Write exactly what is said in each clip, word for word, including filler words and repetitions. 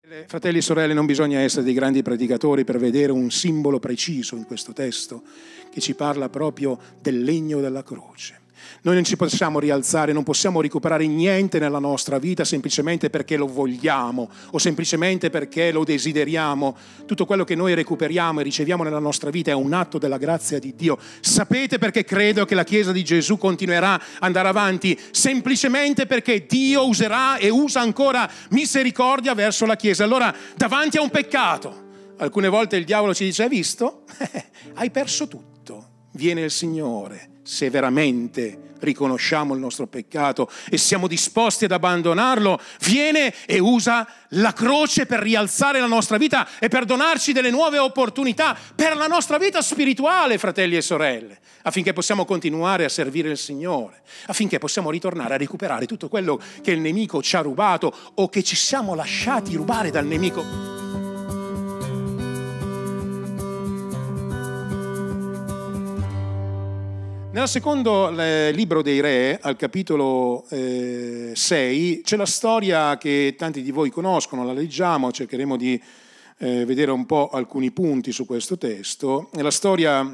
Fratelli e sorelle, non bisogna essere dei grandi predicatori per vedere un simbolo preciso in questo testo che ci parla proprio del legno della croce. Noi non ci possiamo rialzare, non possiamo recuperare niente nella nostra vita semplicemente perché lo vogliamo o semplicemente perché lo desideriamo. Tutto quello che noi recuperiamo e riceviamo nella nostra vita è un atto della grazia di Dio. Sapete perché credo che la Chiesa di Gesù continuerà ad andare avanti? Semplicemente perché Dio userà e usa ancora misericordia verso la Chiesa. Allora, davanti a un peccato, alcune volte il diavolo ci dice: hai visto? Hai perso tutto. Viene il Signore. Se veramente riconosciamo il nostro peccato e siamo disposti ad abbandonarlo, viene e usa la croce per rialzare la nostra vita e per donarci delle nuove opportunità per la nostra vita spirituale, fratelli e sorelle, affinché possiamo continuare a servire il Signore, affinché possiamo ritornare a recuperare tutto quello che il nemico ci ha rubato o che ci siamo lasciati rubare dal nemico. Nel secondo eh, libro dei Re, al capitolo eh, sei, c'è la storia che tanti di voi conoscono, la leggiamo, cercheremo di eh, vedere un po' alcuni punti su questo testo. È la storia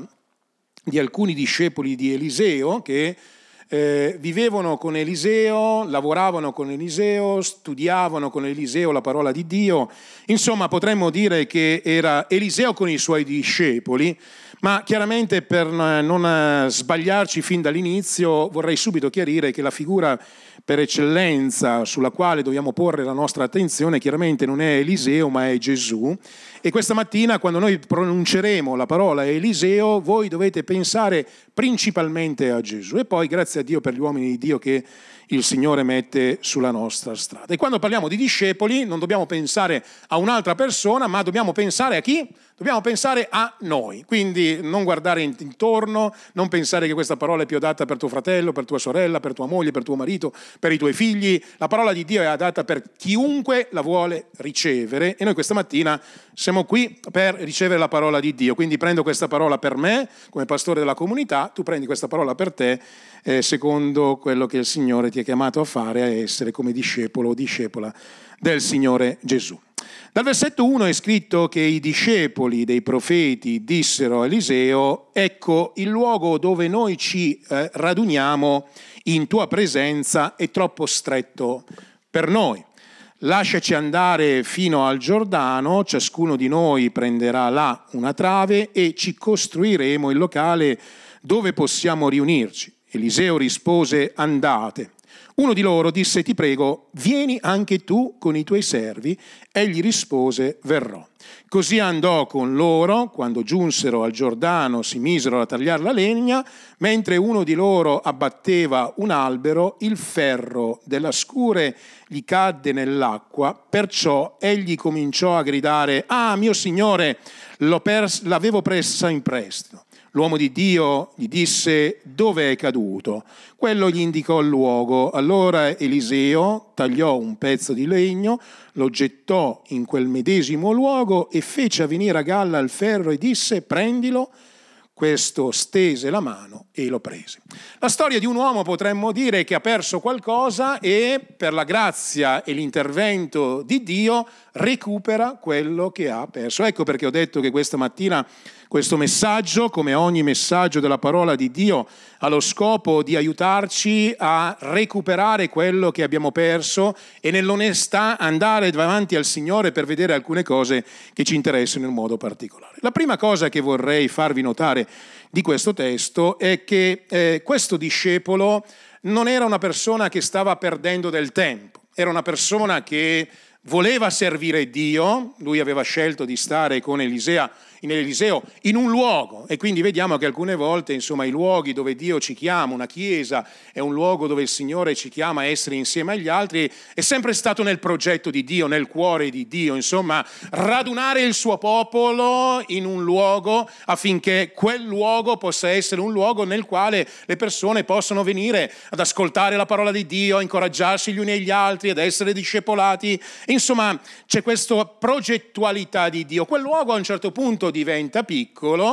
di alcuni discepoli di Eliseo che eh, vivevano con Eliseo, lavoravano con Eliseo, studiavano con Eliseo la parola di Dio. Insomma, potremmo dire che era Eliseo con i suoi discepoli. Ma chiaramente, per non sbagliarci fin dall'inizio, vorrei subito chiarire che la figura per eccellenza sulla quale dobbiamo porre la nostra attenzione chiaramente non è Eliseo ma è Gesù. E questa mattina, quando noi pronunceremo la parola Eliseo, voi dovete pensare principalmente a Gesù e poi grazie a Dio per gli uomini di Dio che il Signore mette sulla nostra strada. E quando parliamo di discepoli non dobbiamo pensare a un'altra persona, ma dobbiamo pensare a chi? Dobbiamo pensare a noi. Quindi non guardare intorno, non pensare che questa parola è più adatta per tuo fratello, per tua sorella, per tua moglie, per tuo marito, per i tuoi figli. La parola di Dio è adatta per chiunque la vuole ricevere e noi questa mattina siamo qui per ricevere la parola di Dio. Quindi prendo questa parola per me come pastore della comunità, tu prendi questa parola per te eh, secondo quello che il Signore ti ha chiamato a fare, a essere come discepolo o discepola del Signore Gesù. Dal versetto uno è scritto che i discepoli dei profeti dissero a Eliseo: ecco, il luogo dove noi ci eh, raduniamo in tua presenza è troppo stretto per noi. Lasciaci andare fino al Giordano, ciascuno di noi prenderà là una trave e ci costruiremo il locale dove possiamo riunirci. Eliseo rispose: andate. Uno di loro disse: ti prego, vieni anche tu con i tuoi servi. Egli rispose: verrò. Così andò con loro. Quando giunsero al Giordano si misero a tagliare la legna. Mentre uno di loro abbatteva un albero, il ferro della scure gli cadde nell'acqua. Perciò egli cominciò a gridare: ah, mio Signore, l'ho pers- l'avevo presa in prestito. L'uomo di Dio gli disse: dove è caduto? Quello gli indicò il luogo. Allora Eliseo tagliò un pezzo di legno, lo gettò in quel medesimo luogo e fece venire a galla il ferro e disse: prendilo. Questo stese la mano e lo prese. La storia di un uomo, potremmo dire, che ha perso qualcosa e per la grazia e l'intervento di Dio recupera quello che ha perso. Ecco perché ho detto che questa mattina questo messaggio, come ogni messaggio della parola di Dio, ha lo scopo di aiutarci a recuperare quello che abbiamo perso e nell'onestà andare davanti al Signore per vedere alcune cose che ci interessano in modo particolare. La prima cosa che vorrei farvi notare di questo testo è che eh, questo discepolo non era una persona che stava perdendo del tempo, era una persona che voleva servire Dio. Lui aveva scelto di stare con Elisea in Eliseo in un luogo e quindi vediamo che alcune volte insomma i luoghi dove Dio ci chiama, una chiesa è un luogo dove il Signore ci chiama a essere insieme agli altri, è sempre stato nel progetto di Dio, nel cuore di Dio, insomma radunare il suo popolo in un luogo affinché quel luogo possa essere un luogo nel quale le persone possono venire ad ascoltare la parola di Dio, a incoraggiarsi gli uni agli altri, ad essere discepolati. Insomma c'è questa progettualità di Dio. Quel luogo a un certo punto diventa piccolo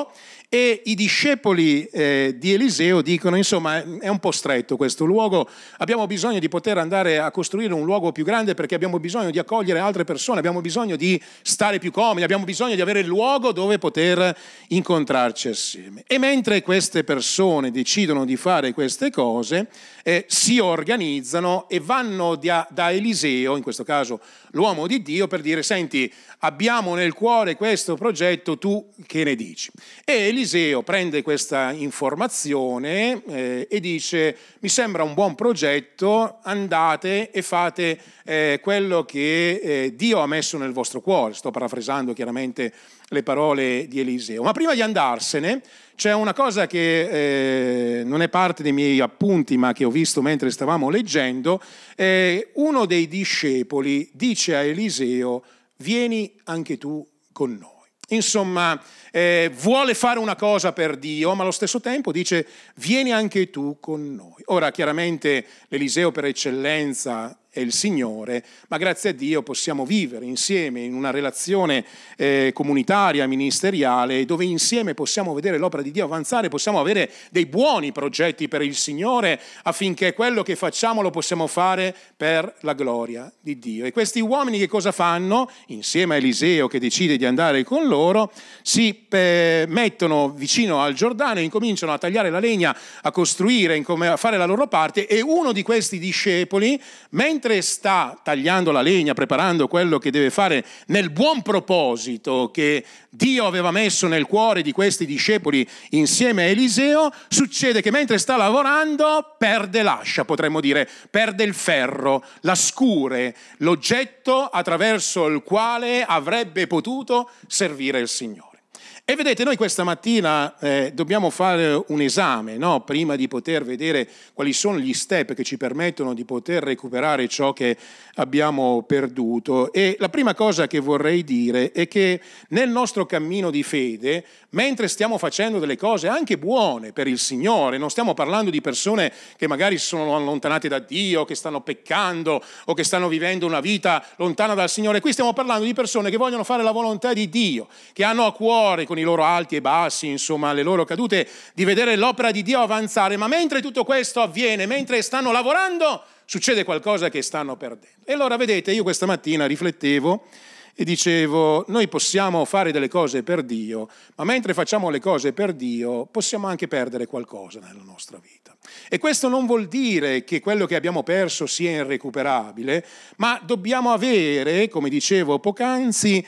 E i discepoli eh, di Eliseo dicono, insomma, è un po' stretto questo luogo, abbiamo bisogno di poter andare a costruire un luogo più grande perché abbiamo bisogno di accogliere altre persone, abbiamo bisogno di stare più comodi, abbiamo bisogno di avere il luogo dove poter incontrarci assieme. E mentre queste persone decidono di fare queste cose, eh, si organizzano e vanno da, da Eliseo, in questo caso l'uomo di Dio, per dire: senti, abbiamo nel cuore questo progetto, tu che ne dici? E Eliseo prende questa informazione eh, e dice: mi sembra un buon progetto, andate e fate eh, quello che eh, Dio ha messo nel vostro cuore. Sto parafrasando chiaramente le parole di Eliseo. Ma prima di andarsene c'è una cosa che eh, non è parte dei miei appunti, ma che ho visto mentre stavamo leggendo. Eh, uno dei discepoli dice a Eliseo: vieni anche tu con noi. Insomma, eh, vuole fare una cosa per Dio, ma allo stesso tempo dice: vieni anche tu con noi. Ora, chiaramente l'Eliseo per eccellenza è il Signore, ma grazie a Dio possiamo vivere insieme in una relazione eh, comunitaria, ministeriale, dove insieme possiamo vedere l'opera di Dio avanzare, possiamo avere dei buoni progetti per il Signore, affinché quello che facciamo lo possiamo fare per la gloria di Dio. E questi uomini che cosa fanno? Insieme a Eliseo, che decide di andare con loro, si eh, mettono vicino al Giordano e incominciano a tagliare la legna, a costruire, a fare la loro parte, e uno di questi discepoli, mentre sta tagliando la legna, preparando quello che deve fare nel buon proposito che Dio aveva messo nel cuore di questi discepoli insieme a Eliseo, succede che mentre sta lavorando perde l'ascia, potremmo dire, perde il ferro, la scure, l'oggetto attraverso il quale avrebbe potuto servire il Signore. E vedete, noi questa mattina eh, dobbiamo fare un esame, no? Prima di poter vedere quali sono gli step che ci permettono di poter recuperare ciò che abbiamo perduto. E la prima cosa che vorrei dire è che nel nostro cammino di fede, mentre stiamo facendo delle cose anche buone per il Signore, non stiamo parlando di persone che magari si sono allontanate da Dio, che stanno peccando o che stanno vivendo una vita lontana dal Signore, qui stiamo parlando di persone che vogliono fare la volontà di Dio, che hanno a cuore, con i loro alti e bassi, insomma, le loro cadute, di vedere l'opera di Dio avanzare, ma mentre tutto questo avviene, mentre stanno lavorando, succede qualcosa che stanno perdendo. E allora, vedete, io questa mattina riflettevo e dicevo: noi possiamo fare delle cose per Dio, ma mentre facciamo le cose per Dio possiamo anche perdere qualcosa nella nostra vita. E questo non vuol dire che quello che abbiamo perso sia irrecuperabile, ma dobbiamo avere, come dicevo poc'anzi,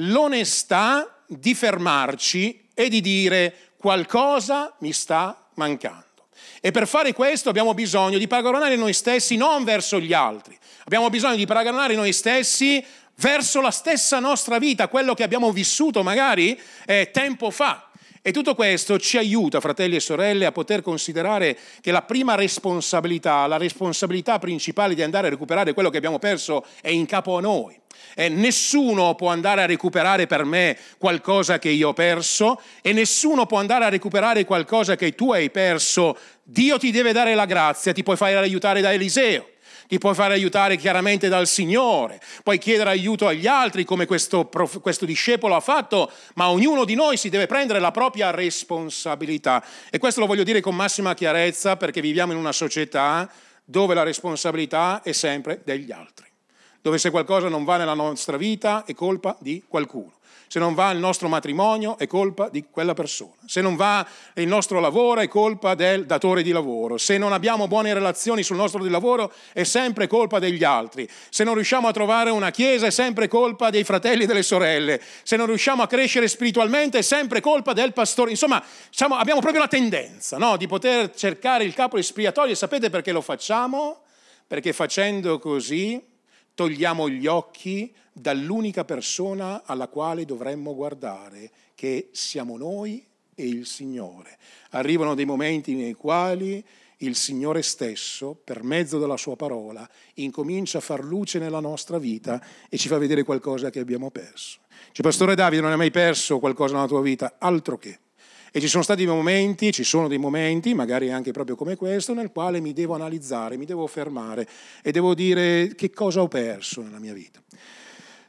l'onestà di fermarci e di dire: qualcosa mi sta mancando. E per fare questo abbiamo bisogno di paragonare noi stessi non verso gli altri, abbiamo bisogno di paragonare noi stessi verso la stessa nostra vita, quello che abbiamo vissuto magari eh, tempo fa. E tutto questo ci aiuta, fratelli e sorelle, a poter considerare che la prima responsabilità, la responsabilità principale di andare a recuperare quello che abbiamo perso è in capo a noi. E nessuno può andare a recuperare per me qualcosa che io ho perso, e nessuno può andare a recuperare qualcosa che tu hai perso. Dio ti deve dare la grazia, ti puoi fare aiutare da Eliseo, ti puoi fare aiutare chiaramente dal Signore, puoi chiedere aiuto agli altri come questo, questo discepolo ha fatto, ma ognuno di noi si deve prendere la propria responsabilità. E questo lo voglio dire con massima chiarezza, perché viviamo in una società dove la responsabilità è sempre degli altri, dove se qualcosa non va nella nostra vita è colpa di qualcuno. Se non va il nostro matrimonio è colpa di quella persona. Se non va il nostro lavoro è colpa del datore di lavoro. Se non abbiamo buone relazioni sul nostro di lavoro è sempre colpa degli altri. Se non riusciamo a trovare una chiesa è sempre colpa dei fratelli e delle sorelle. Se non riusciamo a crescere spiritualmente è sempre colpa del pastore. Insomma, diciamo, abbiamo proprio la tendenza, no? Di poter cercare il capo espiatorio. E sapete perché lo facciamo? Perché facendo così togliamo gli occhi dall'unica persona alla quale dovremmo guardare, che siamo noi e il Signore. Arrivano dei momenti nei quali il Signore stesso, per mezzo della sua parola, incomincia a far luce nella nostra vita e ci fa vedere qualcosa che abbiamo perso. Dice: Pastore Davide, non hai mai perso qualcosa nella tua vita? Altro che. E ci sono stati dei momenti, ci sono dei momenti, magari anche proprio come questo, nel quale mi devo analizzare, mi devo fermare e devo dire: che cosa ho perso nella mia vita?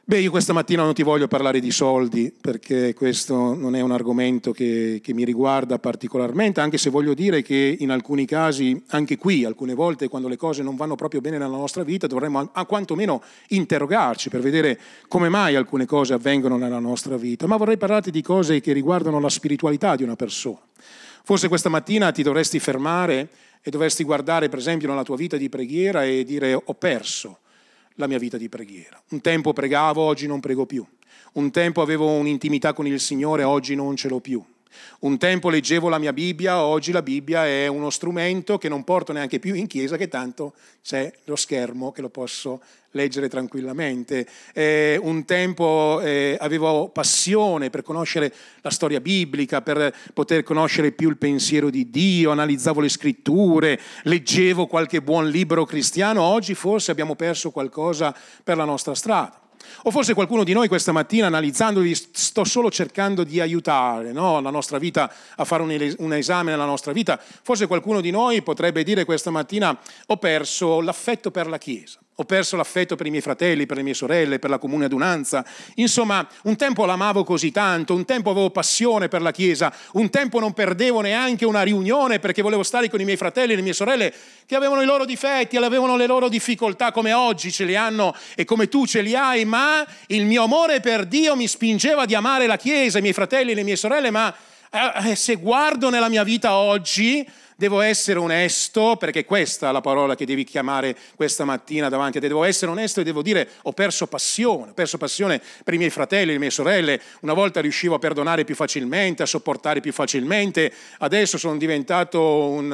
Beh, io questa mattina non ti voglio parlare di soldi, perché questo non è un argomento che, che mi riguarda particolarmente, anche se voglio dire che in alcuni casi, anche qui, alcune volte quando le cose non vanno proprio bene nella nostra vita, dovremmo a, a quantomeno interrogarci per vedere come mai alcune cose avvengono nella nostra vita. Ma vorrei parlarti di cose che riguardano la spiritualità di una persona. Forse questa mattina ti dovresti fermare e dovresti guardare, per esempio, nella tua vita di preghiera e dire: ho perso la mia vita di preghiera. Un tempo pregavo, oggi non prego più. Un tempo avevo un'intimità con il Signore, oggi non ce l'ho più. Un tempo leggevo la mia Bibbia, oggi la Bibbia è uno strumento che non porto neanche più in chiesa, che tanto c'è lo schermo che lo posso leggere tranquillamente. Eh, un tempo eh, avevo passione per conoscere la storia biblica, per poter conoscere più il pensiero di Dio, analizzavo le scritture, leggevo qualche buon libro cristiano. Oggi forse abbiamo perso qualcosa per la nostra strada. O forse qualcuno di noi questa mattina, analizzandoli, sto solo cercando di aiutare, no? la nostra vita, a fare un, un esame nella nostra vita. Forse qualcuno di noi potrebbe dire questa mattina: ho perso l'affetto per la Chiesa. Ho perso l'affetto per i miei fratelli, per le mie sorelle, per la comune adunanza. Insomma, un tempo l'amavo così tanto, un tempo avevo passione per la Chiesa, un tempo non perdevo neanche una riunione perché volevo stare con i miei fratelli e le mie sorelle che avevano i loro difetti, avevano le loro difficoltà come oggi ce li hanno e come tu ce li hai, ma il mio amore per Dio mi spingeva di amare la Chiesa, i miei fratelli e le mie sorelle. Ma eh, se guardo nella mia vita oggi, devo essere onesto, perché questa è la parola che devi chiamare questa mattina davanti a te. Devo essere onesto e devo dire: ho perso passione, ho perso passione per i miei fratelli, le mie sorelle. Una volta riuscivo a perdonare più facilmente, a sopportare più facilmente. Adesso sono diventato un,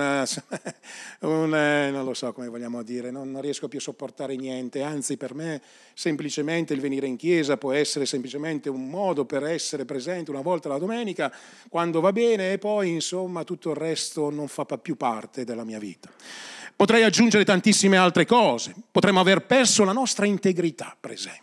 un non lo so come vogliamo dire, non, non riesco più a sopportare niente. Anzi, per me semplicemente il venire in chiesa può essere semplicemente un modo per essere presente una volta la domenica, quando va bene, e poi insomma tutto il resto non fa più parte della mia vita. Potrei aggiungere tantissime altre cose. Potremmo aver perso la nostra integrità, per esempio.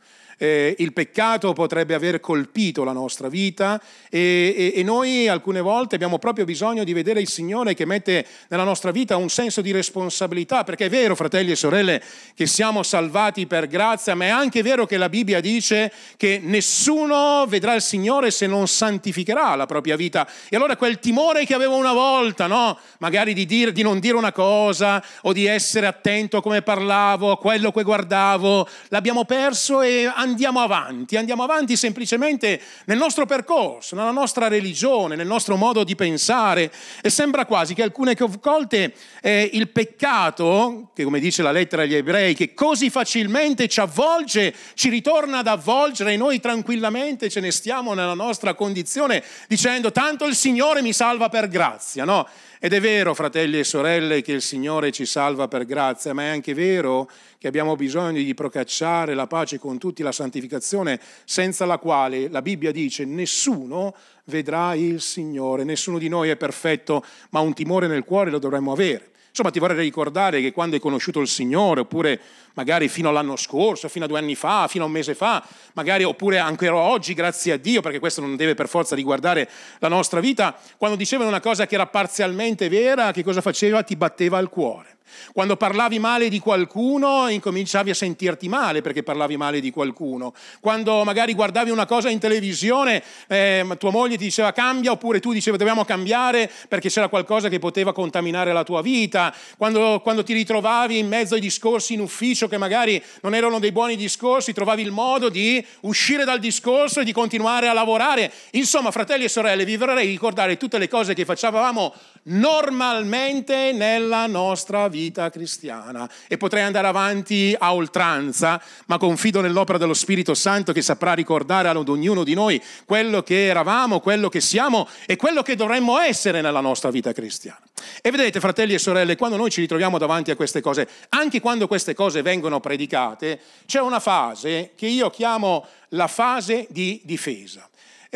Eh, il peccato potrebbe aver colpito la nostra vita e, e, e noi alcune volte abbiamo proprio bisogno di vedere il Signore che mette nella nostra vita un senso di responsabilità, perché è vero, fratelli e sorelle, che siamo salvati per grazia, ma è anche vero che la Bibbia dice che nessuno vedrà il Signore se non santificherà la propria vita. E allora quel timore che avevo una volta, no? Magari di, dire, di non dire una cosa o di essere attento a come parlavo, a quello che guardavo, l'abbiamo perso e andiamo avanti, andiamo avanti semplicemente nel nostro percorso, nella nostra religione, nel nostro modo di pensare, e sembra quasi che alcune volte eh, il peccato, che come dice la lettera agli ebrei, che così facilmente ci avvolge, ci ritorna ad avvolgere e noi tranquillamente ce ne stiamo nella nostra condizione dicendo: tanto il Signore mi salva per grazia, no? Ed è vero, fratelli e sorelle, che il Signore ci salva per grazia, ma è anche vero che abbiamo bisogno di procacciare la pace con tutti, la santificazione, senza la quale la Bibbia dice nessuno vedrà il Signore. Nessuno di noi è perfetto, ma un timore nel cuore lo dovremmo avere. Insomma, ti vorrei ricordare che quando hai conosciuto il Signore, oppure magari fino all'anno scorso, fino a due anni fa, fino a un mese fa, magari oppure ancora oggi, grazie a Dio, perché questo non deve per forza riguardare la nostra vita, quando dicevano una cosa che era parzialmente vera, che cosa faceva? Ti batteva il cuore. Quando parlavi male di qualcuno incominciavi a sentirti male perché parlavi male di qualcuno. Quando magari guardavi una cosa in televisione, eh, tua moglie ti diceva cambia, oppure tu dicevi dobbiamo cambiare perché c'era qualcosa che poteva contaminare la tua vita. Quando, quando ti ritrovavi in mezzo ai discorsi in ufficio che magari non erano dei buoni discorsi, trovavi il modo di uscire dal discorso e di continuare a lavorare. Insomma, fratelli e sorelle, vi vorrei ricordare tutte le cose che facevamo normalmente nella nostra vita cristiana, e potrei andare avanti a oltranza, ma confido nell'opera dello Spirito Santo che saprà ricordare ad ognuno di noi quello che eravamo, quello che siamo e quello che dovremmo essere nella nostra vita cristiana. E vedete, fratelli e sorelle, quando noi ci ritroviamo davanti a queste cose, anche quando queste cose vengono predicate, c'è una fase che io chiamo la fase di difesa.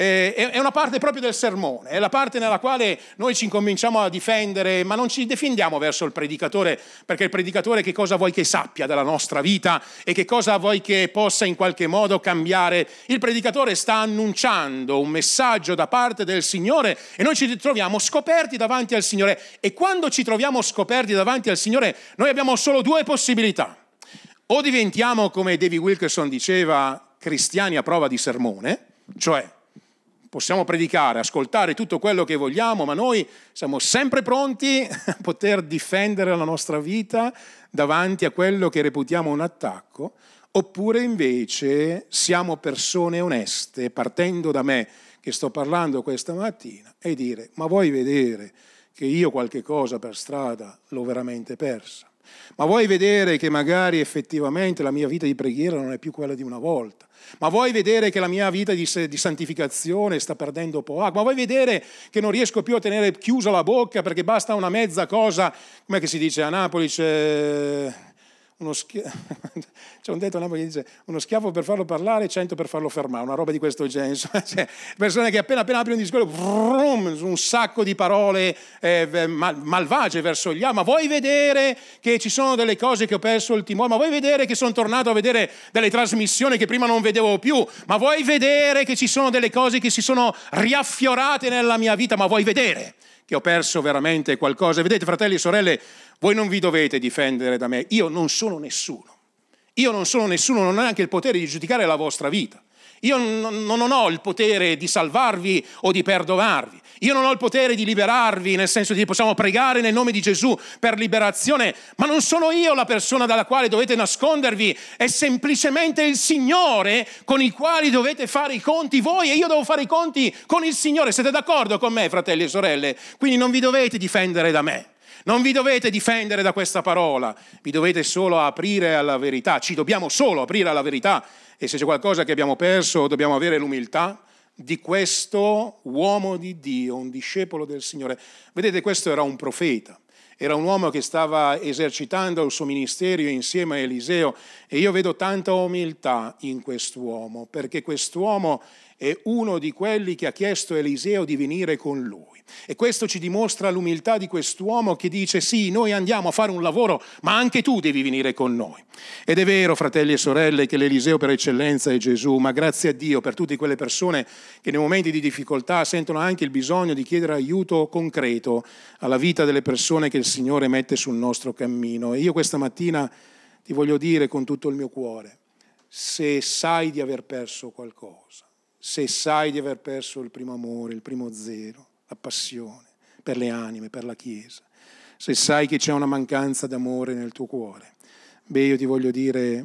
È una parte proprio del sermone, è la parte nella quale noi ci incominciamo a difendere, ma non ci difendiamo verso il predicatore, perché il predicatore che cosa vuoi che sappia della nostra vita e che cosa vuoi che possa in qualche modo cambiare. Il predicatore sta annunciando un messaggio da parte del Signore e noi ci troviamo scoperti davanti al Signore, e quando ci troviamo scoperti davanti al Signore noi abbiamo solo due possibilità: o diventiamo, come David Wilkerson diceva, cristiani a prova di sermone, cioè possiamo predicare, ascoltare tutto quello che vogliamo, ma noi siamo sempre pronti a poter difendere la nostra vita davanti a quello che reputiamo un attacco, oppure invece siamo persone oneste, partendo da me che sto parlando questa mattina, e dire: ma vuoi vedere che io qualche cosa per strada l'ho veramente persa? Ma vuoi vedere che magari effettivamente la mia vita di preghiera non è più quella di una volta? Ma vuoi vedere che la mia vita di, di santificazione sta perdendo po' acqua? Ma vuoi vedere che non riesco più a tenere chiusa la bocca perché basta una mezza cosa? Com'è che si dice a Napoli? C'è uno schiaffo, c'è un detto a Napoli che dice: uno schiaffo per farlo parlare, cento per farlo fermare, una roba di questo genere. Cioè, persone che appena appena aprono un discorso, brum, un sacco di parole eh, mal, malvagie verso gli altri. Ma vuoi vedere che ci sono delle cose che ho perso il timore? Ma vuoi vedere che sono tornato a vedere delle trasmissioni che prima non vedevo più? Ma vuoi vedere che ci sono delle cose che si sono riaffiorate nella mia vita? Ma vuoi vedere che ho perso veramente qualcosa? Vedete, fratelli e sorelle, voi non vi dovete difendere da me, io non sono nessuno. Io non sono nessuno, non ho neanche il potere di giudicare la vostra vita. Io non, non ho il potere di salvarvi o di perdonarvi. Io non ho il potere di liberarvi, nel senso di possiamo pregare nel nome di Gesù per liberazione, ma non sono io la persona dalla quale dovete nascondervi, è semplicemente il Signore con il quale dovete fare i conti voi, e io devo fare i conti con il Signore. Siete d'accordo con me, fratelli e sorelle? Quindi non vi dovete difendere da me. Non vi dovete difendere da questa parola, vi dovete solo aprire alla verità, ci dobbiamo solo aprire alla verità, e se c'è qualcosa che abbiamo perso dobbiamo avere l'umiltà di questo uomo di Dio, un discepolo del Signore. Vedete, questo era un profeta, era un uomo che stava esercitando il suo ministero insieme a Eliseo, e io vedo tanta umiltà in quest'uomo, perché quest'uomo è uno di quelli che ha chiesto a Eliseo di venire con lui. E questo ci dimostra l'umiltà di quest'uomo che dice: sì, noi andiamo a fare un lavoro, ma anche tu devi venire con noi. Ed è vero, fratelli e sorelle, che l'Eliseo per eccellenza è Gesù, ma grazie a Dio per tutte quelle persone che nei momenti di difficoltà sentono anche il bisogno di chiedere aiuto concreto alla vita delle persone che il Signore mette sul nostro cammino. E io questa mattina ti voglio dire con tutto il mio cuore: se sai di aver perso qualcosa, se sai di aver perso il primo amore, il primo zelo, la passione per le anime, per la Chiesa, se sai che c'è una mancanza d'amore nel tuo cuore, beh, io ti voglio dire: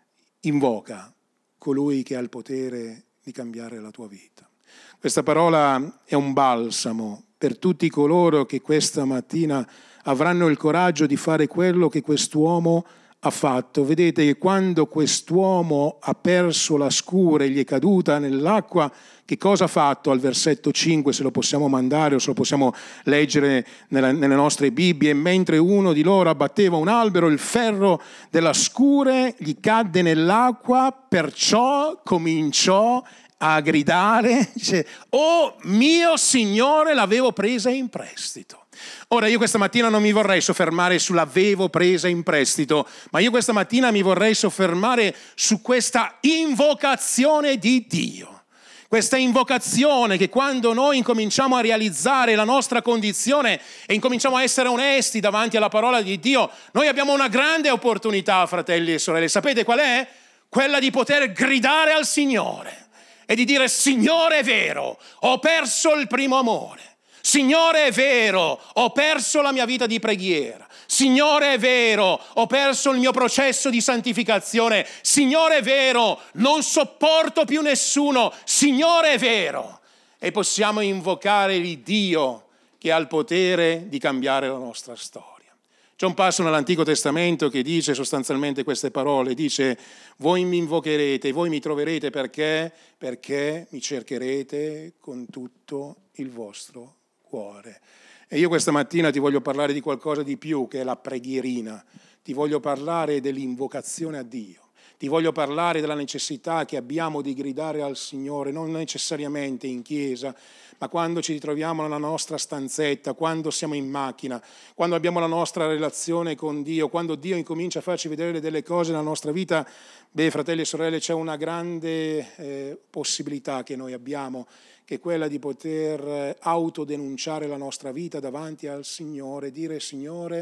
invoca colui che ha il potere di cambiare la tua vita. Questa parola è un balsamo per tutti coloro che questa mattina avranno il coraggio di fare quello che quest'uomo ha fatto. Vedete che quando quest'uomo ha perso la scura e gli è caduta nell'acqua, che cosa ha fatto al versetto cinque, se lo possiamo mandare o se lo possiamo leggere nella, nelle nostre Bibbie? Mentre uno di loro abbatteva un albero, il ferro della scure gli cadde nell'acqua, perciò cominciò a gridare, dice: oh mio Signore, l'avevo presa in prestito. Ora, io questa mattina non mi vorrei soffermare sull'avevo presa in prestito, ma io questa mattina mi vorrei soffermare su questa invocazione di Dio. Questa invocazione che quando noi incominciamo a realizzare la nostra condizione e incominciamo a essere onesti davanti alla parola di Dio, noi abbiamo una grande opportunità, fratelli e sorelle. Sapete qual è? Quella di poter gridare al Signore e di dire: Signore, è vero, ho perso il primo amore. Signore, è vero, ho perso la mia vita di preghiera. Signore, è vero, ho perso il mio processo di santificazione. Signore, è vero, non sopporto più nessuno. Signore, è vero. E possiamo invocare il Dio che ha il potere di cambiare la nostra storia. C'è un passo nell'Antico Testamento che dice sostanzialmente queste parole, dice: voi mi invocherete, voi mi troverete perché? Perché mi cercherete con tutto il vostro cuore. E io questa mattina ti voglio parlare di qualcosa di più che è la preghierina, ti voglio parlare dell'invocazione a Dio. Ti voglio parlare della necessità che abbiamo di gridare al Signore, non necessariamente in chiesa, ma quando ci ritroviamo nella nostra stanzetta, quando siamo in macchina, quando abbiamo la nostra relazione con Dio, quando Dio incomincia a farci vedere delle cose nella nostra vita. Beh, fratelli e sorelle, c'è una grande eh, possibilità che noi abbiamo, che è quella di poter autodenunciare la nostra vita davanti al Signore, dire: Signore,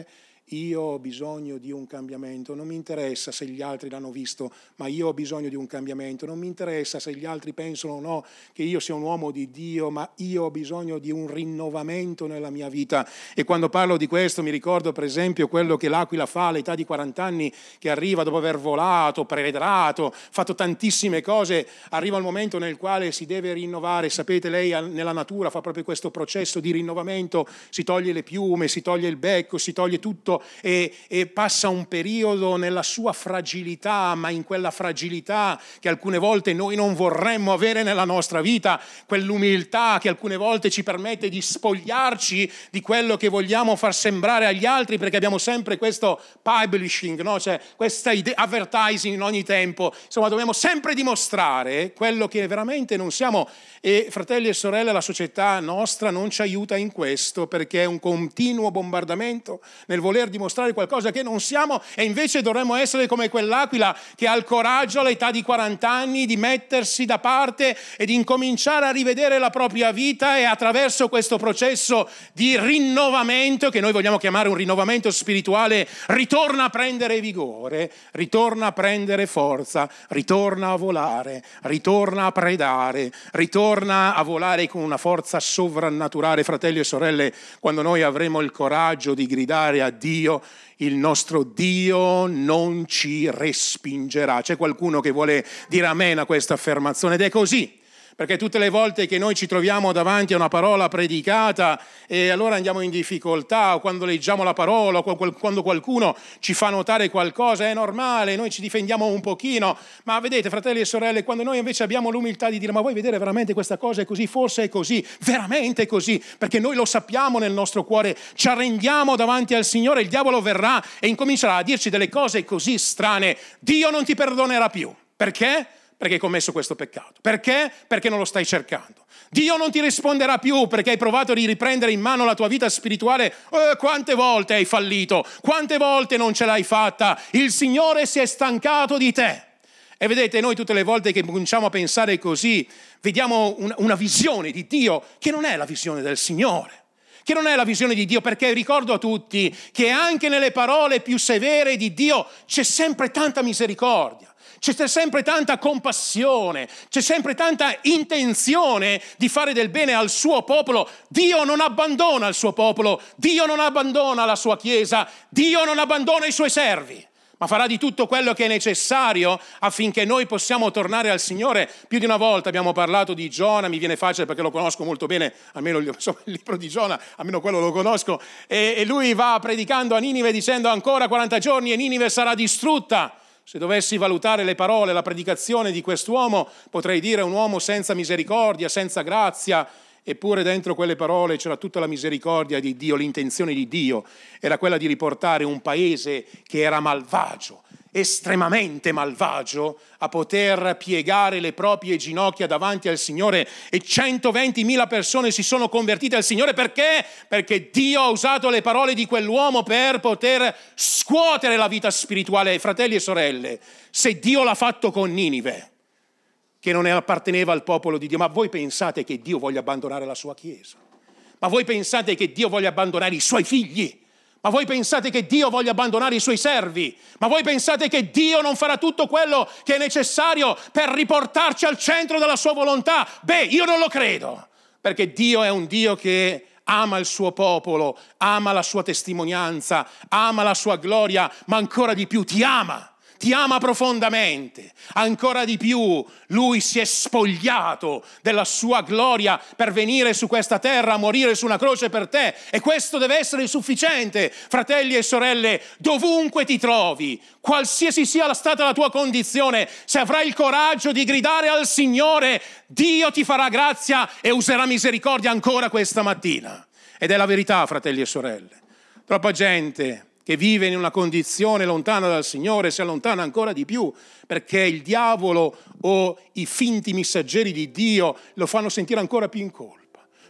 io ho bisogno di un cambiamento, non mi interessa se gli altri l'hanno visto, ma io ho bisogno di un cambiamento, non mi interessa se gli altri pensano o no che io sia un uomo di Dio, ma io ho bisogno di un rinnovamento nella mia vita. E quando parlo di questo mi ricordo per esempio quello che l'aquila fa all'età di quaranta anni, che arriva dopo aver volato, predato, fatto tantissime cose, arriva il momento nel quale si deve rinnovare. Sapete, lei nella natura fa proprio questo processo di rinnovamento, si toglie le piume, si toglie il becco, si toglie tutto e, e passa un periodo nella sua fragilità, ma in quella fragilità che alcune volte noi non vorremmo avere nella nostra vita, quell'umiltà che alcune volte ci permette di spogliarci di quello che vogliamo far sembrare agli altri, perché abbiamo sempre questo publishing, no? Cioè questa idea, advertising in ogni tempo, insomma dobbiamo sempre dimostrare quello che veramente non siamo. E fratelli e sorelle, la società nostra non ci aiuta in questo, perché è un continuo bombardamento nel voler dimostrare qualcosa che non siamo, e invece dovremmo essere come quell'aquila che ha il coraggio all'età di quaranta anni di mettersi da parte e di incominciare a rivedere la propria vita, e attraverso questo processo di rinnovamento, che noi vogliamo chiamare un rinnovamento spirituale, ritorna a prendere vigore, ritorna a prendere forza, ritorna a volare, ritorna a predare, ritorna a volare con una forza sovrannaturale. Fratelli e sorelle, quando noi avremo il coraggio di gridare a Dio, il nostro Dio non ci respingerà. C'è qualcuno che vuole dire amen a questa affermazione? Ed è così. Perché tutte le volte che noi ci troviamo davanti a una parola predicata e allora andiamo in difficoltà, o quando leggiamo la parola, o quando qualcuno ci fa notare qualcosa, è normale, noi ci difendiamo un pochino, ma vedete, fratelli e sorelle, quando noi invece abbiamo l'umiltà di dire: ma vuoi vedere veramente questa cosa è così? Forse è così, veramente è così, perché noi lo sappiamo nel nostro cuore, ci arrendiamo davanti al Signore, il diavolo verrà e incomincerà a dirci delle cose così strane. Dio non ti perdonerà più. Perché? Perché hai commesso questo peccato. Perché? Perché non lo stai cercando. Dio non ti risponderà più perché hai provato a riprendere in mano la tua vita spirituale. Eh, quante volte hai fallito? Quante volte non ce l'hai fatta? Il Signore si è stancato di te. E vedete, noi tutte le volte che cominciamo a pensare così, vediamo una, una visione di Dio che non è la visione del Signore, che non è la visione di Dio, perché ricordo a tutti che anche nelle parole più severe di Dio c'è sempre tanta misericordia. C'è sempre tanta compassione, c'è sempre tanta intenzione di fare del bene al suo popolo. Dio non abbandona il suo popolo, Dio non abbandona la sua Chiesa, Dio non abbandona i suoi servi, ma farà di tutto quello che è necessario affinché noi possiamo tornare al Signore. Più di una volta abbiamo parlato di Giona, mi viene facile perché lo conosco molto bene, almeno insomma, il libro di Giona, almeno quello lo conosco, e, e lui va predicando a Ninive dicendo: ancora quaranta giorni e Ninive sarà distrutta. Se dovessi valutare le parole, la predicazione di quest'uomo, potrei dire un uomo senza misericordia, senza grazia, eppure dentro quelle parole c'era tutta la misericordia di Dio. L'intenzione di Dio era quella di riportare un paese che era malvagio, estremamente malvagio, a poter piegare le proprie ginocchia davanti al Signore, e centoventimila persone si sono convertite al Signore. Perché? Perché Dio ha usato le parole di quell'uomo per poter scuotere la vita spirituale. Fratelli e sorelle, se Dio l'ha fatto con Ninive, che non apparteneva al popolo di Dio, ma voi pensate che Dio voglia abbandonare la sua Chiesa? Ma voi pensate che Dio voglia abbandonare i suoi figli? Ma voi pensate che Dio voglia abbandonare i suoi servi? Ma voi pensate che Dio non farà tutto quello che è necessario per riportarci al centro della sua volontà? Beh, io non lo credo, perché Dio è un Dio che ama il suo popolo, ama la sua testimonianza, ama la sua gloria, ma ancora di più ti ama. Ti ama profondamente, ancora di più lui si è spogliato della sua gloria per venire su questa terra a morire su una croce per te, e questo deve essere sufficiente. Fratelli e sorelle, dovunque ti trovi, qualsiasi sia stata la tua condizione, se avrai il coraggio di gridare al Signore, Dio ti farà grazia e userà misericordia ancora questa mattina. Ed è la verità, fratelli e sorelle. Troppa gente che vive in una condizione lontana dal Signore si allontana ancora di più, perché il diavolo o i finti messaggeri di Dio lo fanno sentire ancora più in colpa.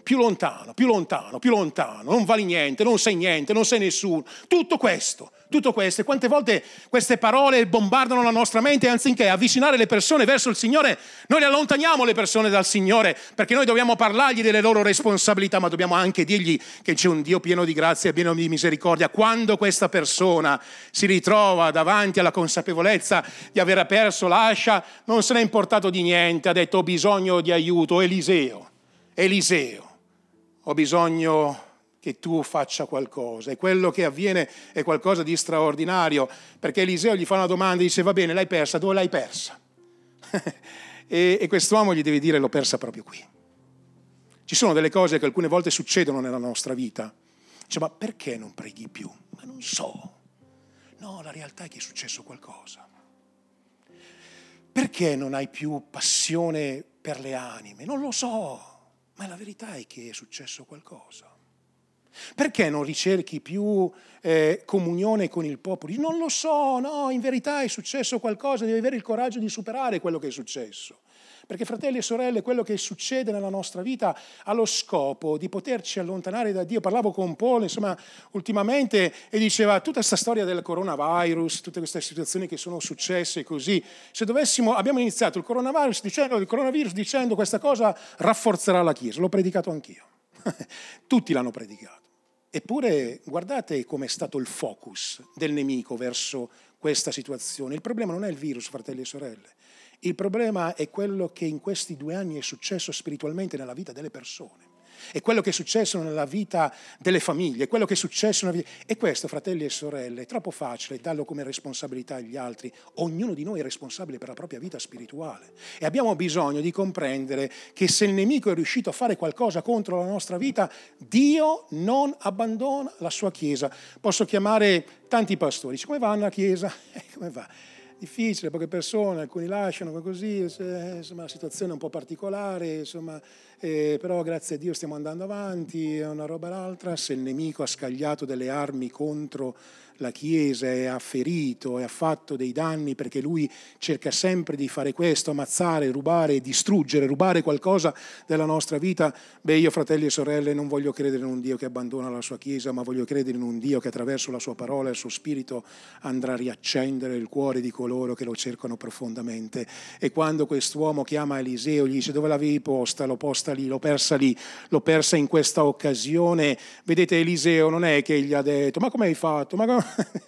più lontano, più lontano, più lontano, non vali niente, non sei niente, non sei nessuno. Tutto questo, tutto questo. E quante volte queste parole bombardano la nostra mente, anziché avvicinare le persone verso il Signore, noi le allontaniamo le persone dal Signore, perché noi dobbiamo parlargli delle loro responsabilità, ma dobbiamo anche dirgli che c'è un Dio pieno di grazia e pieno di misericordia. Quando questa persona si ritrova davanti alla consapevolezza di aver perso l'ascia, non se n'è importato di niente, ha detto: ho bisogno di aiuto, Eliseo, Eliseo, ho bisogno che tu faccia qualcosa. E quello che avviene è qualcosa di straordinario, perché Eliseo gli fa una domanda e dice: va bene, l'hai persa, dove l'hai persa? e, e quest'uomo gli deve dire: l'ho persa proprio qui. Ci sono delle cose che alcune volte succedono nella nostra vita. Dice: ma perché non preghi più? Ma non so. No, la realtà è che è successo qualcosa. Perché non hai più passione per le anime? Non lo so, ma la verità è che è successo qualcosa. Perché non ricerchi più eh, comunione con il popolo? Non lo so, no, in verità è successo qualcosa, devi avere il coraggio di superare quello che è successo. Perché, fratelli e sorelle, quello che succede nella nostra vita ha lo scopo di poterci allontanare da Dio. Parlavo con Paul, insomma, ultimamente, e diceva: tutta questa storia del coronavirus, tutte queste situazioni che sono successe così, se dovessimo, abbiamo iniziato il coronavirus dicendo, il coronavirus dicendo questa cosa rafforzerà la Chiesa. L'ho predicato anch'io. Tutti l'hanno predicato. Eppure guardate com'è stato il focus del nemico verso questa situazione. Il problema non è il virus, fratelli e sorelle. Il problema è quello che in questi due anni è successo spiritualmente nella vita delle persone. È quello che è successo nella vita delle famiglie, è quello che è successo nella vita... E questo, fratelli e sorelle, è troppo facile darlo come responsabilità agli altri. Ognuno di noi è responsabile per la propria vita spirituale. E abbiamo bisogno di comprendere che se il nemico è riuscito a fare qualcosa contro la nostra vita, Dio non abbandona la sua Chiesa. Posso chiamare tanti pastori. Come va alla Chiesa? Eh, come va? Difficile, poche persone, alcuni lasciano così, insomma la situazione è un po' particolare, insomma, eh, però grazie a Dio stiamo andando avanti, è una roba l'altra. Se il nemico ha scagliato delle armi contro la Chiesa e ha ferito e ha fatto dei danni, perché lui cerca sempre di fare questo, ammazzare, rubare, distruggere, rubare qualcosa della nostra vita, beh, io, fratelli e sorelle, non voglio credere in un Dio che abbandona la sua Chiesa, ma voglio credere in un Dio che attraverso la sua parola e il suo spirito andrà a riaccendere il cuore di coloro che lo cercano profondamente. E quando quest'uomo chiama Eliseo, gli dice: dove l'avevi posta? L'ho posta lì, l'ho persa lì, l'ho persa in questa occasione. Vedete, Eliseo non è che gli ha detto: ma come hai fatto? Ma come...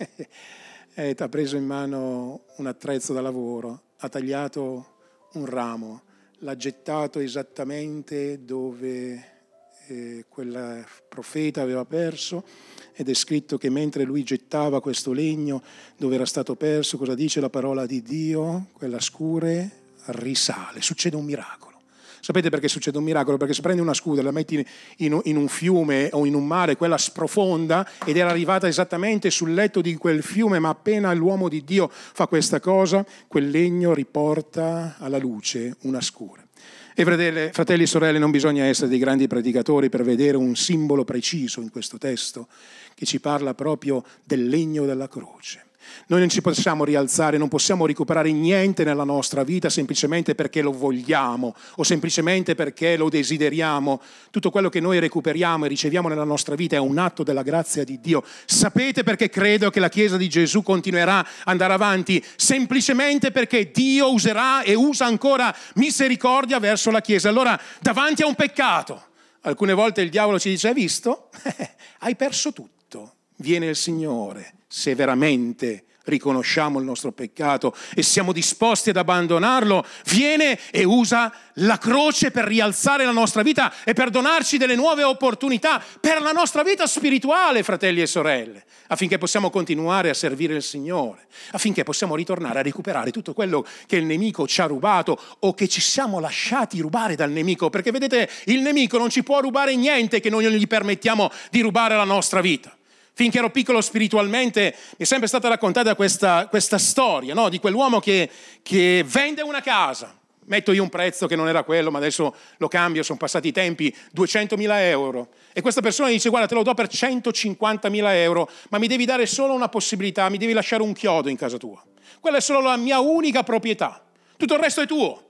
eh, ti ha preso in mano un attrezzo da lavoro, ha tagliato un ramo, l'ha gettato esattamente dove eh, quel profeta aveva perso, ed è scritto che mentre lui gettava questo legno dove era stato perso, cosa dice la parola di Dio? Quella scure risale, succede un miracolo. Sapete perché succede un miracolo? Perché se prendi una scusa e la metti in, in un fiume o in un mare, quella sprofonda, ed era arrivata esattamente sul letto di quel fiume, ma appena l'uomo di Dio fa questa cosa, quel legno riporta alla luce una scura. E fratelli, fratelli e sorelle, non bisogna essere dei grandi predicatori per vedere un simbolo preciso in questo testo che ci parla proprio del legno della croce. Noi non ci possiamo rialzare, non possiamo recuperare niente nella nostra vita semplicemente perché lo vogliamo o semplicemente perché lo desideriamo. Tutto quello che noi recuperiamo e riceviamo nella nostra vita è un atto della grazia di Dio. Sapete perché credo che la Chiesa di Gesù continuerà ad andare avanti? Semplicemente perché Dio userà e usa ancora misericordia verso la Chiesa. Allora, davanti a un peccato, alcune volte il diavolo ci dice: hai visto? Hai perso tutto. Viene il Signore, se veramente riconosciamo il nostro peccato e siamo disposti ad abbandonarlo, viene e usa la croce per rialzare la nostra vita e per donarci delle nuove opportunità per la nostra vita spirituale, fratelli e sorelle, affinché possiamo continuare a servire il Signore, affinché possiamo ritornare a recuperare tutto quello che il nemico ci ha rubato o che ci siamo lasciati rubare dal nemico, perché vedete, il nemico non ci può rubare niente che noi non gli permettiamo di rubare la nostra vita. Finché ero piccolo spiritualmente mi è sempre stata raccontata questa, questa storia, no? Di quell'uomo che, che vende una casa. Metto io un prezzo che non era quello, ma adesso lo cambio, sono passati i tempi, duecentomila euro. E questa persona dice: guarda, te lo do per centocinquantamila euro, ma mi devi dare solo una possibilità, mi devi lasciare un chiodo in casa tua. Quella è solo la mia unica proprietà. Tutto il resto è tuo.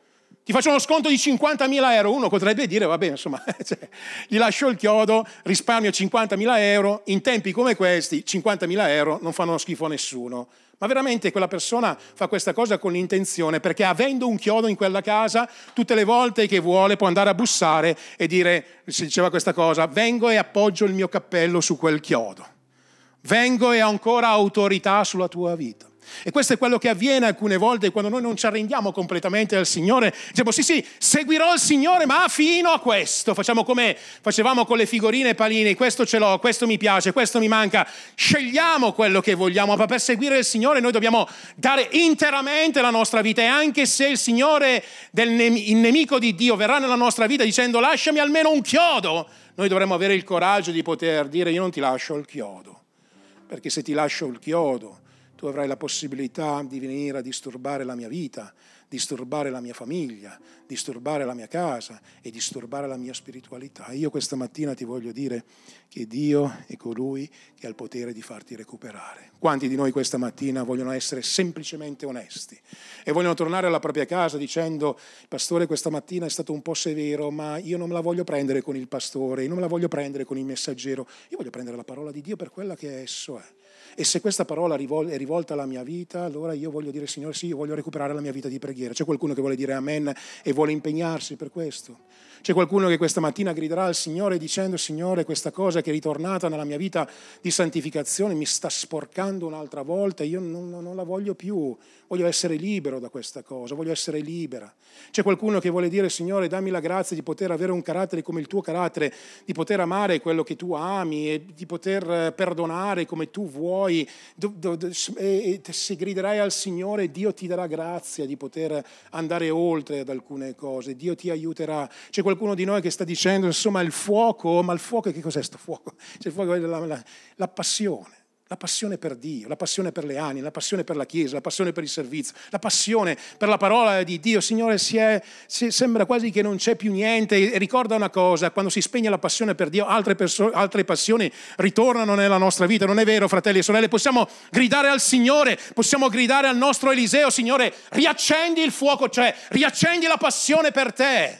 ti faccio uno sconto di cinquantamila euro. Uno potrebbe dire, va bene, insomma, cioè, gli lascio il chiodo, risparmio cinquantamila euro, in tempi come questi cinquantamila euro non fanno schifo a nessuno. Ma veramente quella persona fa questa cosa con l'intenzione, perché avendo un chiodo in quella casa, tutte le volte che vuole può andare a bussare e dire, si diceva questa cosa, vengo e appoggio il mio cappello su quel chiodo. Vengo e ho ancora autorità sulla tua vita. E questo è quello che avviene alcune volte quando noi non ci arrendiamo completamente al Signore. Diciamo sì sì, seguirò il Signore ma fino a questo. Facciamo come facevamo con le figurine e palini, questo ce l'ho, questo mi piace, questo mi manca. Scegliamo quello che vogliamo, ma per seguire il Signore noi dobbiamo dare interamente la nostra vita. E anche se il Signore, del nem- il nemico di Dio, verrà nella nostra vita dicendo lasciami almeno un chiodo, noi dovremo avere il coraggio di poter dire io non ti lascio il chiodo, perché se ti lascio il chiodo tu avrai la possibilità di venire a disturbare la mia vita, disturbare la mia famiglia, disturbare la mia casa e disturbare la mia spiritualità. Io questa mattina ti voglio dire che Dio è colui che ha il potere di farti recuperare. Quanti di noi questa mattina vogliono essere semplicemente onesti e vogliono tornare alla propria casa dicendo il pastore questa mattina è stato un po' severo, ma io non me la voglio prendere con il pastore, io non me la voglio prendere con il messaggero, io voglio prendere la parola di Dio per quella che esso è. E se questa parola è rivolta alla mia vita, allora io voglio dire, Signore, sì, io voglio recuperare la mia vita di preghiera. C'è qualcuno che vuole dire amen e vuole impegnarsi per questo? C'è qualcuno che questa mattina griderà al Signore dicendo, Signore, questa cosa che è ritornata nella mia vita di santificazione mi sta sporcando un'altra volta, io non, non la voglio più, voglio essere libero da questa cosa, voglio essere libera. C'è qualcuno che vuole dire, Signore, dammi la grazia di poter avere un carattere come il tuo carattere, di poter amare quello che tu ami e di poter perdonare come tu vuoi. E se griderai al Signore, Dio ti darà grazia di poter andare oltre ad alcune cose, Dio ti aiuterà. C'è qualcuno di noi che sta dicendo, insomma, il fuoco, ma il fuoco, che cos'è sto fuoco? C'è il fuoco, la, la, la passione. La passione per Dio, la passione per le anime, la passione per la Chiesa, la passione per il servizio, la passione per la parola di Dio. Signore, si è, si, sembra quasi che non c'è più niente. E ricorda una cosa, quando si spegne la passione per Dio, altre, perso- altre passioni ritornano nella nostra vita. Non è vero, fratelli e sorelle? Possiamo gridare al Signore, possiamo gridare al nostro Eliseo, Signore, riaccendi il fuoco, cioè riaccendi la passione per te.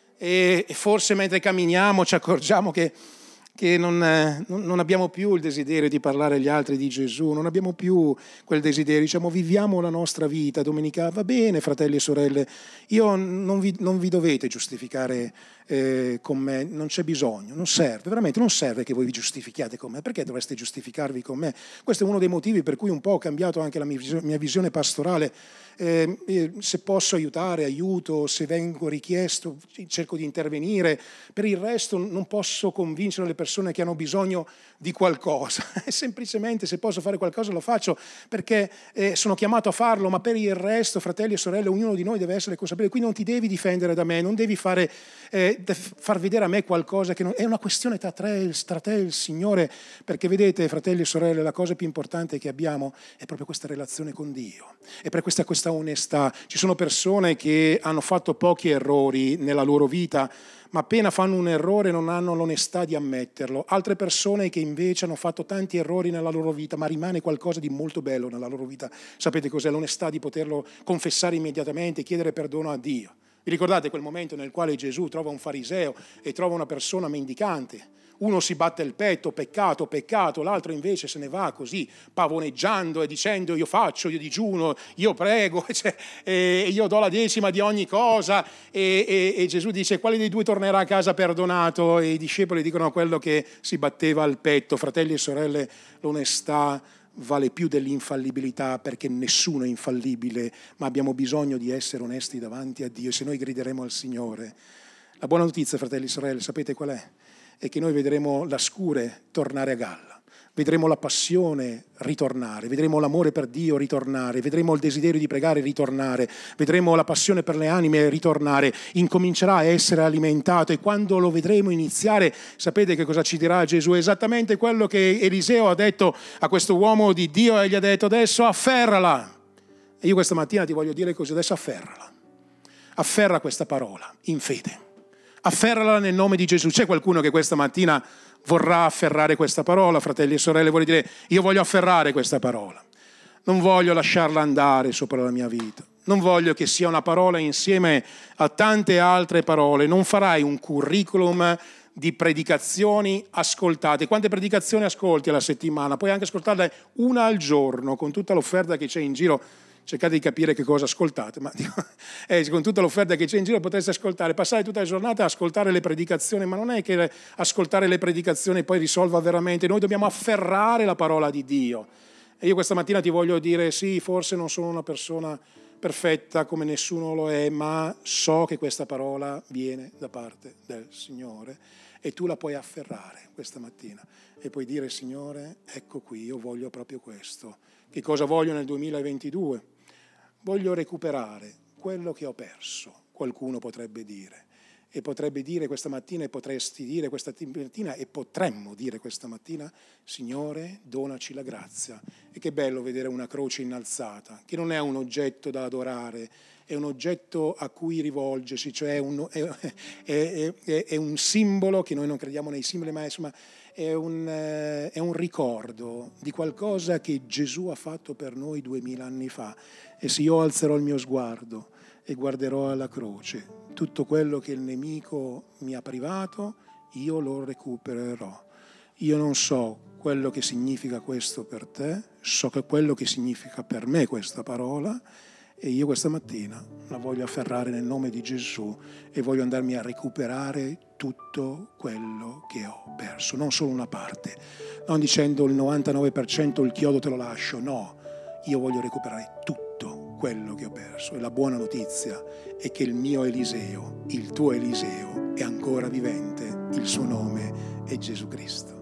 E, e forse mentre camminiamo ci accorgiamo che che non, non abbiamo più il desiderio di parlare agli altri di Gesù, non abbiamo più quel desiderio, diciamo viviamo la nostra vita domenicale, va bene fratelli e sorelle, io non vi, non vi dovete giustificare eh, con me, non c'è bisogno, non serve, veramente non serve che voi vi giustifichiate con me, perché dovreste giustificarvi con me? Questo è uno dei motivi per cui un po' ho cambiato anche la mia, mia visione pastorale. Eh, eh, se posso aiutare, aiuto, se vengo richiesto cerco di intervenire, per il resto non posso convincere le persone che hanno bisogno di qualcosa, semplicemente se posso fare qualcosa lo faccio perché eh, sono chiamato a farlo, ma per il resto, fratelli e sorelle, ognuno di noi deve essere consapevole, qui non ti devi difendere da me, non devi fare, eh, far vedere a me qualcosa che non, è una questione tra te, tra te e il Signore, perché vedete fratelli e sorelle, la cosa più importante che abbiamo è proprio questa relazione con Dio, e per questa, questa onestà. Ci sono persone che hanno fatto pochi errori nella loro vita, ma appena fanno un errore non hanno l'onestà di ammetterlo. Altre persone che invece hanno fatto tanti errori nella loro vita, ma rimane qualcosa di molto bello nella loro vita. Sapete cos'è? L'onestà di poterlo confessare immediatamente e chiedere perdono a Dio. Vi ricordate quel momento nel quale Gesù trova un fariseo e trova una persona mendicante? Uno si batte il petto, peccato, peccato, l'altro invece se ne va così, pavoneggiando e dicendo io faccio, io digiuno, io prego, cioè, e io do la decima di ogni cosa. E, e, e Gesù dice quale dei due tornerà a casa perdonato? E i discepoli dicono quello che si batteva al petto. Fratelli e sorelle, l'onestà vale più dell'infallibilità, perché nessuno è infallibile, ma abbiamo bisogno di essere onesti davanti a Dio. E se noi grideremo al Signore, la buona notizia, fratelli e sorelle, sapete qual è? È che noi vedremo la scure tornare a galla, vedremo la passione ritornare, vedremo l'amore per Dio ritornare, vedremo il desiderio di pregare ritornare, vedremo la passione per le anime ritornare, incomincerà a essere alimentato, e quando lo vedremo iniziare, sapete che cosa ci dirà Gesù? Esattamente quello che Eliseo ha detto a questo uomo di Dio, e gli ha detto adesso afferrala. E io questa mattina ti voglio dire così, adesso afferrala, afferra questa parola in fede. Afferrala nel nome di Gesù. C'è qualcuno che questa mattina vorrà afferrare questa parola, fratelli e sorelle, vuole dire io voglio afferrare questa parola, non voglio lasciarla andare sopra la mia vita, Non voglio che sia una parola insieme a tante altre parole. Non farai un curriculum di predicazioni ascoltate. Quante predicazioni ascolti alla settimana? Puoi anche ascoltarle una al giorno, con tutta l'offerta che c'è in giro. Cercate di capire che cosa ascoltate, ma dico, eh, con tutta l'offerta che c'è in giro potreste ascoltare, passare tutta la giornata a ascoltare le predicazioni, ma non è che ascoltare le predicazioni poi risolva veramente. Noi dobbiamo afferrare la parola di Dio. E io questa mattina ti voglio dire, sì, forse non sono una persona perfetta come nessuno lo è, ma so che questa parola viene da parte del Signore e tu la puoi afferrare questa mattina e puoi dire: Signore, ecco qui, io voglio proprio questo. Che cosa voglio nel duemilaventidue? Voglio recuperare quello che ho perso, qualcuno potrebbe dire. E potrebbe dire questa mattina, e potresti dire questa mattina, e potremmo dire questa mattina: Signore, donaci la grazia. E che bello vedere una croce innalzata, che non è un oggetto da adorare, è un oggetto a cui rivolgersi, cioè un, è, è, è, è un simbolo, che noi non crediamo nei simboli, ma insomma è un, è un ricordo di qualcosa che Gesù ha fatto per noi duemila anni fa. E se io alzerò il mio sguardo e guarderò alla croce, tutto quello che il nemico mi ha privato, io lo recupererò. Io non so quello che significa questo per te, so che quello che significa per me questa parola, e io questa mattina la voglio afferrare nel nome di Gesù e voglio andarmi a recuperare tutto quello che ho perso, non solo una parte, non dicendo il novantanove per cento il chiodo te lo lascio, no, io voglio recuperare tutto quello che ho perso. E la buona notizia è che il mio Eliseo, il tuo Eliseo, è ancora vivente, il suo nome è Gesù Cristo.